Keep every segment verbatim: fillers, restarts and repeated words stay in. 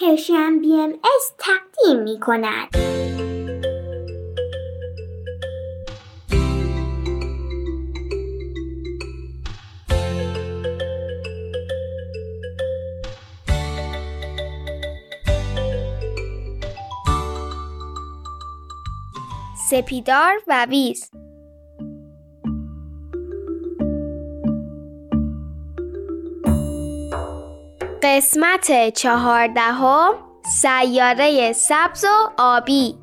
پرشین بی ام اس تقدیم می کند. سپیدار و ویز. قسمت چهاردهم، سیاره سبز و آبی.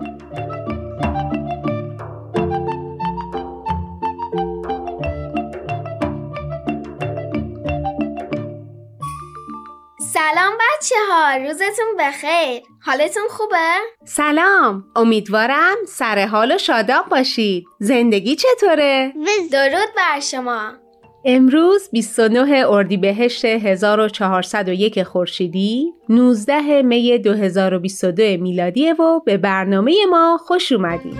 سلام بچه ها، روزتون بخیر. حالتون خوبه؟ سلام، امیدوارم سر حال و شاداب باشید. زندگی چطوره؟ درود بر شما. امروز بیست و نه اردیبهشت هزار و چهارصد و یک خورشیدی، نوزده می دو هزار و بیست و دو میلادیه و به برنامه ما خوش اومدید.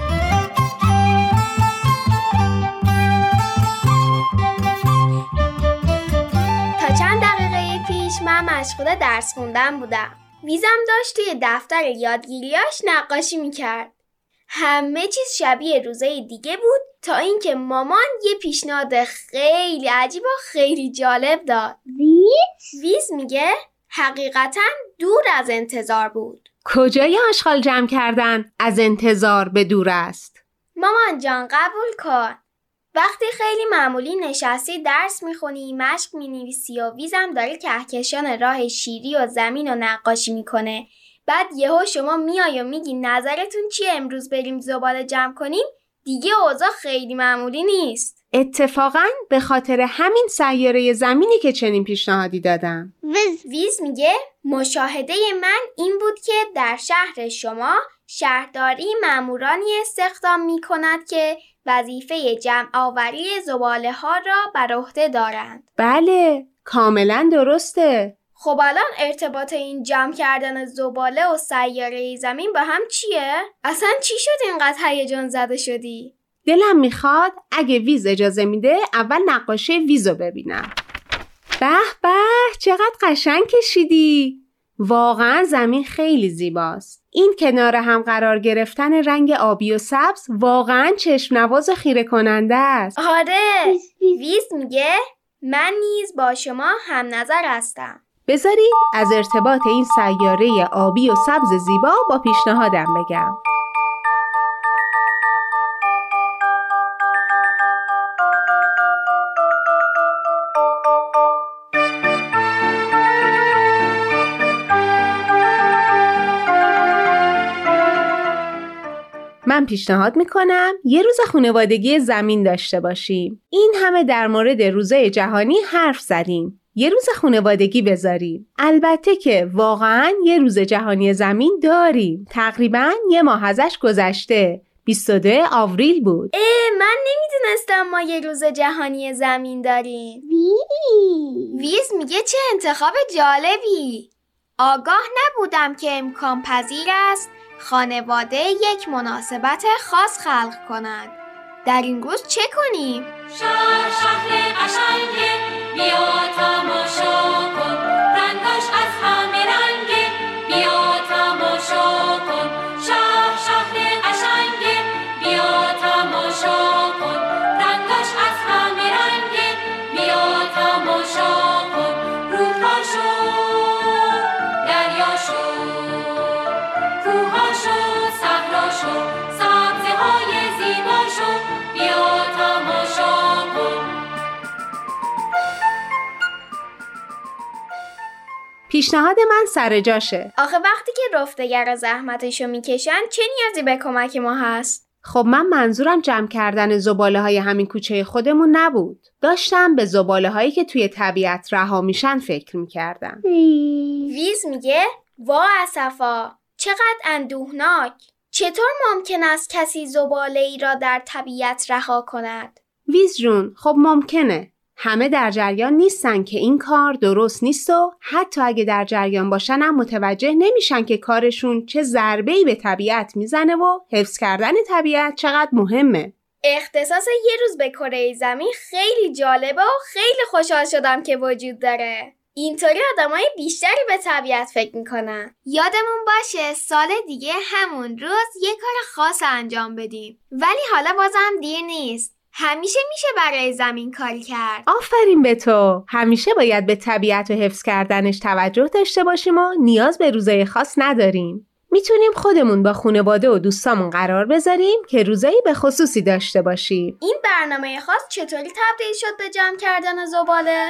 تا چند دقیقه پیش من مشغول درس خوندن بودم. ویزم داشت توی دفتر یادگیریاش نقاشی میکرد. همه چیز شبیه روزای دیگه بود تا اینکه مامان یه پیشنهاد خیلی عجیب و خیلی جالب داد. ویز؟ ویز میگه حقیقتاً دور از انتظار بود. کجای آشغال جمع کردن از انتظار به دور است؟ مامان جان قبول کن. وقتی خیلی معمولی نشستی درس میخونی، مشق مینویسی و ویزم داره کهکشان راه شیری و زمین و نقاشی میکنه، بعد یهو شما میای و میگی نظرتون چیه امروز بریم زباله جمع کنیم، دیگه اوضاع خیلی معمولی نیست. اتفاقاً به خاطر همین سیاره زمینی که چنین پیشنهادی دادم. ویز, ویز میگه مشاهده من این بود که در شهر شما شهرداری مامورانی استخدام میکند که وظیفه جمع آوری زباله ها را بر عهده دارند. بله، کاملاً درسته. خب الان ارتباط این جمع کردن زباله و سیاره زمین با هم چیه؟ اصلا چی شد اینقدر هیجان زده شدی؟ دلم میخواد اگه ویز اجازه میده اول نقاشی ویزو ببینم. به به، چقدر قشنگ کشیدی. واقعا زمین خیلی زیباست. این کنار هم قرار گرفتن رنگ آبی و سبز واقعا چشم نواز و خیره کننده است. آره، ویز میگه من نیز با شما هم نظر هستم. بذارید از ارتباط این سیاره آبی و سبز زیبا با پیشنهادم بگم. من پیشنهاد میکنم یه روز خانوادگی زمین داشته باشیم. این همه در مورد روزای جهانی حرف زدیم. یه روز خانوادگی بذاریم. البته که واقعاً یه روز جهانی زمین داریم. تقریباً یه ماه ازش گذشته. بیست و دو آوریل بود. اه، من نمیدونستم ما یه روز جهانی زمین داریم. ویز ویز میگه چه انتخاب جالبی. آگاه نبودم که امکان پذیر است خانواده یک مناسبت خاص خلق کند. در این روز چه کنیم؟ شهر شهر قشنگه، بیا تماشا کن، رنگاش از همه رنگه، بیا تماشا کن. شهر شهر قشنگه، بیا تماشا کن، رنگاش از همه رنگه، بیا تماشا کن. رودهاشو، دریاشو، کوهاشو، صحراشو، سبزه‌های زیباشو، بیا تماشا کن. پیشنهاد من سر جاشه. آخه وقتی که رفتگرا زحمتشو میکشن چه نیازی به کمک ما هست؟ خب من منظورم جمع کردن زباله های همین کوچه خودمون نبود. داشتم به زباله هایی که توی طبیعت رها میشن فکر میکردم. ویز میگه وا اسفا، چقدر اندوهناک. چطور ممکن است کسی زباله ای را در طبیعت رها کند؟ ویز جون، خب ممکنه. همه در جریان نیستن که این کار درست نیست و حتی اگه در جریان باشن هم متوجه نمیشن که کارشون چه ضربه‌ای به طبیعت میزنه و حفظ کردن طبیعت چقدر مهمه. اختصاص یه روز به کره زمین خیلی جالبه و خیلی خوشحال شدم که وجود داره. اینطوری آدمای بیشتری به طبیعت فکر میکنن. یادمون باشه سال دیگه همون روز یه کار خاص انجام بدیم. ولی حالا بازم دیر نیست. همیشه میشه برای زمین کاری کرد. آفرین به تو. همیشه باید به طبیعت و حفظ کردنش توجه داشته باشیم و نیاز به روزای خاص نداریم. میتونیم خودمون با خانواده و دوستامون قرار بذاریم که روزایی به خصوصی داشته باشیم. این برنامه خاص چطوری تبدیل شد به جمع کردن زباله؟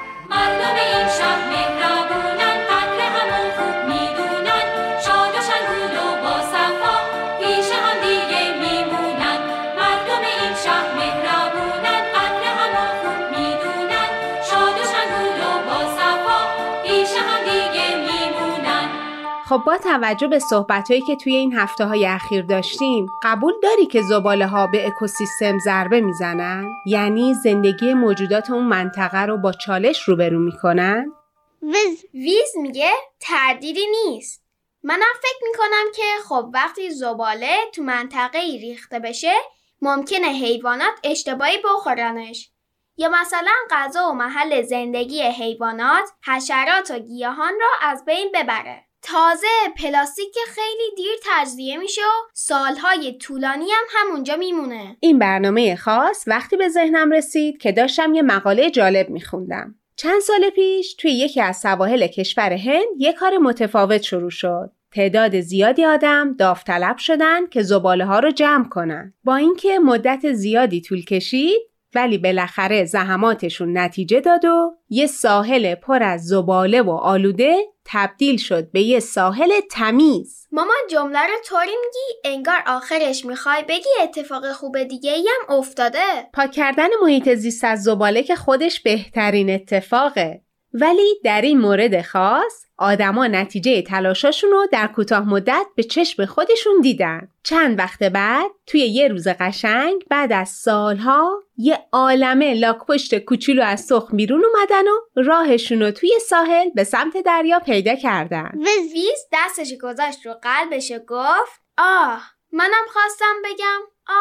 مردم این شهر مهربونن، قدر همو خوب میدونن، شاد و شنگول و با صفا پیش هم دیگه میمونن. مردم این شهر مهربونن، قدر همو خوب میدونن، شاد و شنگول و با صفا پیش هم دیگه میمونن. خب با توجه به صحبتایی که توی این هفته‌های اخیر داشتیم، قبول داری که زباله‌ها به اکوسیستم ضربه میزنن؟ یعنی زندگی موجودات اون منطقه رو با چالش روبرو میکنن؟ ویز ویز میگه تردیدی نیست. منم فکر میکنم که خب وقتی زباله تو منطقه ای ریخته بشه ممکنه حیوانات اشتباهی بخورنش. یا مثلا غذا و محل زندگی حیوانات، حشرات و گیاهان را از بین ببره. تازه پلاستیک که خیلی دیر تجزیه میشه و سالهای طولانی هم همونجا میمونه. این برنامه خاص وقتی به ذهنم رسید که داشتم یه مقاله جالب میخوندم. چند سال پیش توی یکی از سواحل کشور هند یه کار متفاوت شروع شد. تعداد زیادی آدم داوطلب شدن که زباله ها رو جمع کنن. با اینکه مدت زیادی طول کشید، ولی بالاخره زحماتشون نتیجه داد و یه ساحل پر از زباله و آلوده تبدیل شد به یه ساحل تمیز. مامان جمله رو طوری میگی انگار آخرش میخوای بگی اتفاق خوب دیگه ای هم افتاده. پاک کردن محیط زیست از زباله که خودش بهترین اتفاقه. ولی در این مورد خاص آدما نتیجه تلاشاشون رو در کوتاه مدت به چشم خودشون دیدن. چند وقت بعد توی یه روز قشنگ بعد از سالها یه عالمه لاک‌پشت کوچولو از تخم بیرون اومدن و راهشون رو توی ساحل به سمت دریا پیدا کردن. ویز ویز دستش گذاشت رو قلبش و گفت آه منم خواستم بگم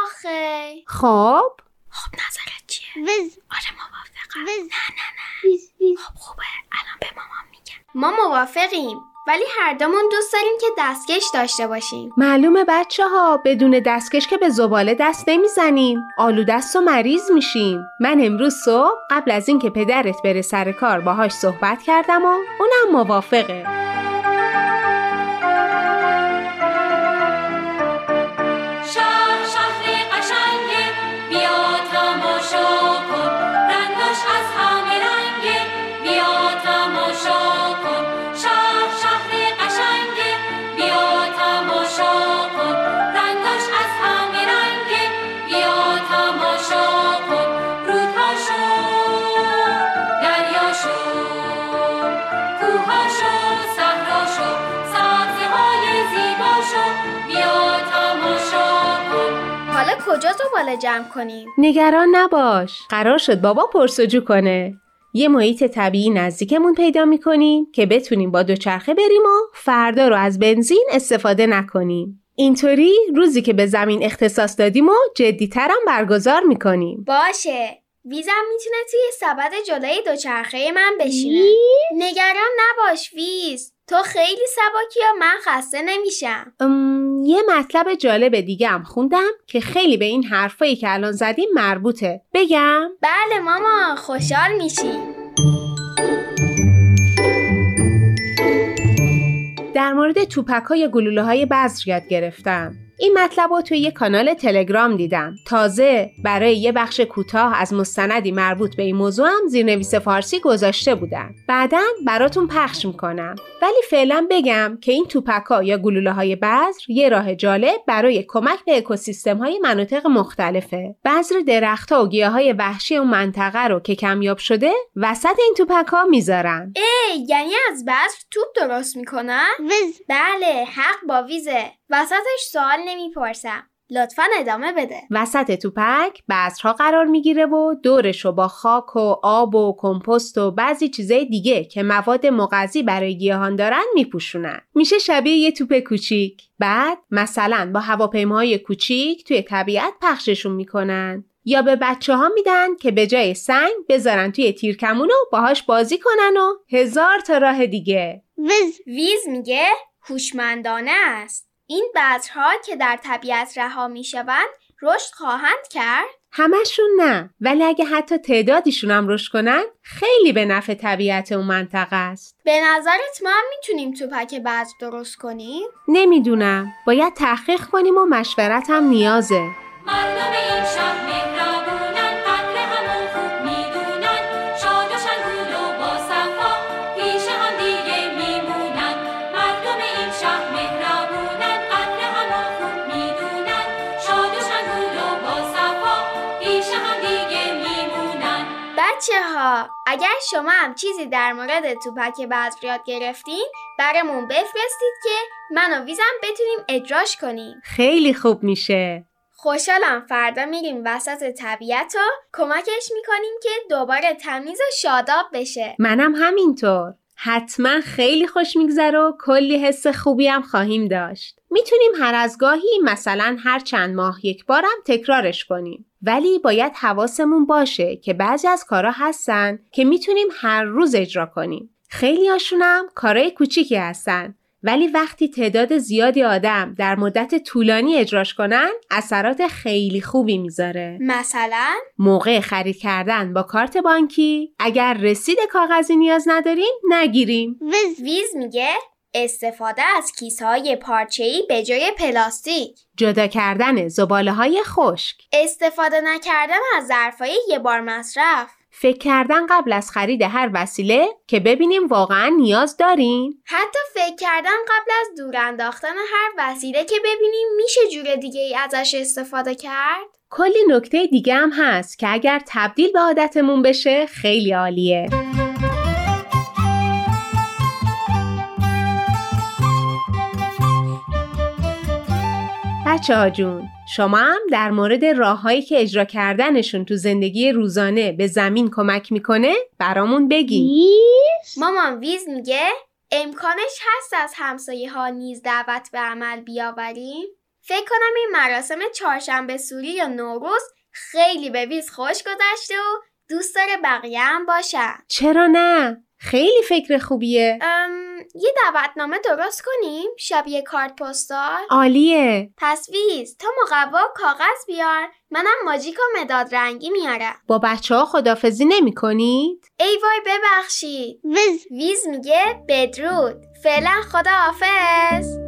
آخه. خب خب نظرت چیه؟ ویز آره موافقم. ویز نه نه نه ویز ویز خب خوبه الان به مامان میگم. ما موافقیم ولی هر دومون دوست داریم که دستکش داشته باشیم. معلومه بچه ها بدون دستکش که به زباله دست نمیزنیم. آلودست و مریض میشیم. من امروز صبح قبل از این که پدرت بره سر کار باهاش صحبت کردم و اونم موافقه. شهر شهر قشنگه، بیا تماشا کن، رنگاش از همه رنگه، بیا تماشا کن. شهر شهر قشنگه، بیا تماشا کن، رنگاش از همه رنگه، بیا تماشا کن. رودهاشو، دریاشو، کوهاشو، صحراشو، سبزه‌های زیباشو، بیا تماشا کن. حالا کجا زباله جمع کنیم؟ نگران نباش. قرار شد بابا پرسجو کنه. یه محیط طبیعی نزدیکمون پیدا میکنیم که بتونیم با دوچرخه بریم و فردا رو از بنزین استفاده نکنیم. اینطوری روزی که به زمین اختصاص دادیم و جدی‌ترم برگزار میکنیم. باشه. ویزم میتونه توی سبد جلوی دوچرخه من بشینه. نگران نباش ویز. تو خیلی سباکی و من خسته نمیشم. ام، یه مطلب جالب دیگه هم خوندم که خیلی به این حرفایی که الان زدیم مربوطه. بگم؟ بله ماما خوشحال میشی. در مورد توپک‌ها یا گلوله‌های بذر یاد گرفتم. این مطلب رو توی یه کانال تلگرام دیدم. تازه برای یه بخش کوتاه از مستندی مربوط به این موضوع هم زیرنویس فارسی گذاشته بودن. بعداً براتون پخش میکنم. ولی فعلا بگم که این توپک‌ها یا گلوله‌های بذر یه راه جالب برای کمک به اکوسیستم‌های مناطق مختلفه. بذر درخت‌ها و گیاهای وحشی اون منطقه رو که کمیاب شده وسط این توپک‌ها میذارن. ای یعنی از بذر توپ درست میکنن؟ ویز بله حق با ویزه. وسطش سوال نمیپرسم. لطفاً ادامه بده. وسط توپک بذرها قرار میگیره و دورشو با خاک و آب و کمپوست و بعضی چیزای دیگه که مواد مغذی برای گیاهان دارن میپوشونن. میشه شبیه یه توپ کوچیک. بعد مثلا با هواپیماهای کوچیک توی طبیعت پخششون میکنن. یا به بچه ها میدن که به جای سنگ بذارن توی تیرکمون و باهاش بازی کنن و هزار تا راه دیگه. ویز. ویز میگه هوشمندانه است. این بذرها که در طبیعت رها میشوند رشد خواهند کرد؟ همشون نه، ولی اگه حتی تعدادیشون هم رشد کنن خیلی به نفع طبیعت اون منطقه است. به نظرت ما هم میتونیم توپک بذر درست کنیم؟ نمیدونم، باید تحقیق کنیم و مشورت هم نیازه. مردم این شهر مهربونن، قدر همو خوب میدونن، شاد و شنگول و با صفا پیش هم دیگه میمونن. مردم این شهر مهربونن، قدر همو خوب میدونن، شاد و شنگول و با صفا پیش هم دیگه میمونن. بچه ها، اگر شما هم چیزی در مورد توپک بذر یاد گرفتین برامون بفرستید که من و ویزم بتونیم اجراش کنیم. خیلی خوب میشه. خوشحالم فردا میریم وسط طبیعت و کمکش میکنیم که دوباره تمیز و شاداب بشه. منم همینطور. حتما خیلی خوش میگذره و کلی حس خوبی هم خواهیم داشت. میتونیم هر از گاهی، مثلا هر چند ماه یک بارم تکرارش کنیم. ولی باید حواسمون باشه که بعضی از کارا هستن که میتونیم هر روز اجرا کنیم. خیلی هاشونم کارای کوچیکی هستن. ولی وقتی تعداد زیادی آدم در مدت طولانی اجراش کنن اثرات خیلی خوبی میذاره. مثلا موقع خرید کردن با کارت بانکی اگر رسید کاغذی نیاز نداریم نگیریم. ویز. ویز میگه استفاده از کیسه‌های پارچه‌ای به جای پلاستیک. جدا کردن زباله‌های خشک. استفاده نکردن از ظرفای یه بار مصرف. فکر کردن قبل از خرید هر وسیله که ببینیم واقعا نیاز داریم. حتی فکر کردن قبل از دور انداختن هر وسیله که ببینیم میشه جور دیگه ای ازش استفاده کرد. کلی نکته دیگه هم هست که اگر تبدیل به عادتمون بشه خیلی عالیه. بچه ها جون، شما هم در مورد راه‌هایی که اجرا کردنشون تو زندگی روزانه به زمین کمک میکنه برامون بگی. ویز. مامان ویز میگه امکانش هست از همسایه ها نیز دعوت به عمل بیاوریم؟ فکر کنم این مراسم چهارشنبه سوری یا نوروز خیلی به ویز خوش گذشته و دوست داره بقیه هم باشن. چرا نه؟ خیلی فکر خوبیه. ام، یه دعوتنامه درست کنیم شبیه کارت پستال. عالیه. پس ویز تا مقوا کاغذ بیار، منم ماژیک و مداد رنگی میارم. با بچه ها خداحافظی نمی کنید؟ ای وای ببخشید. ویز. ویز میگه بدرود، فعلا خداحافظ.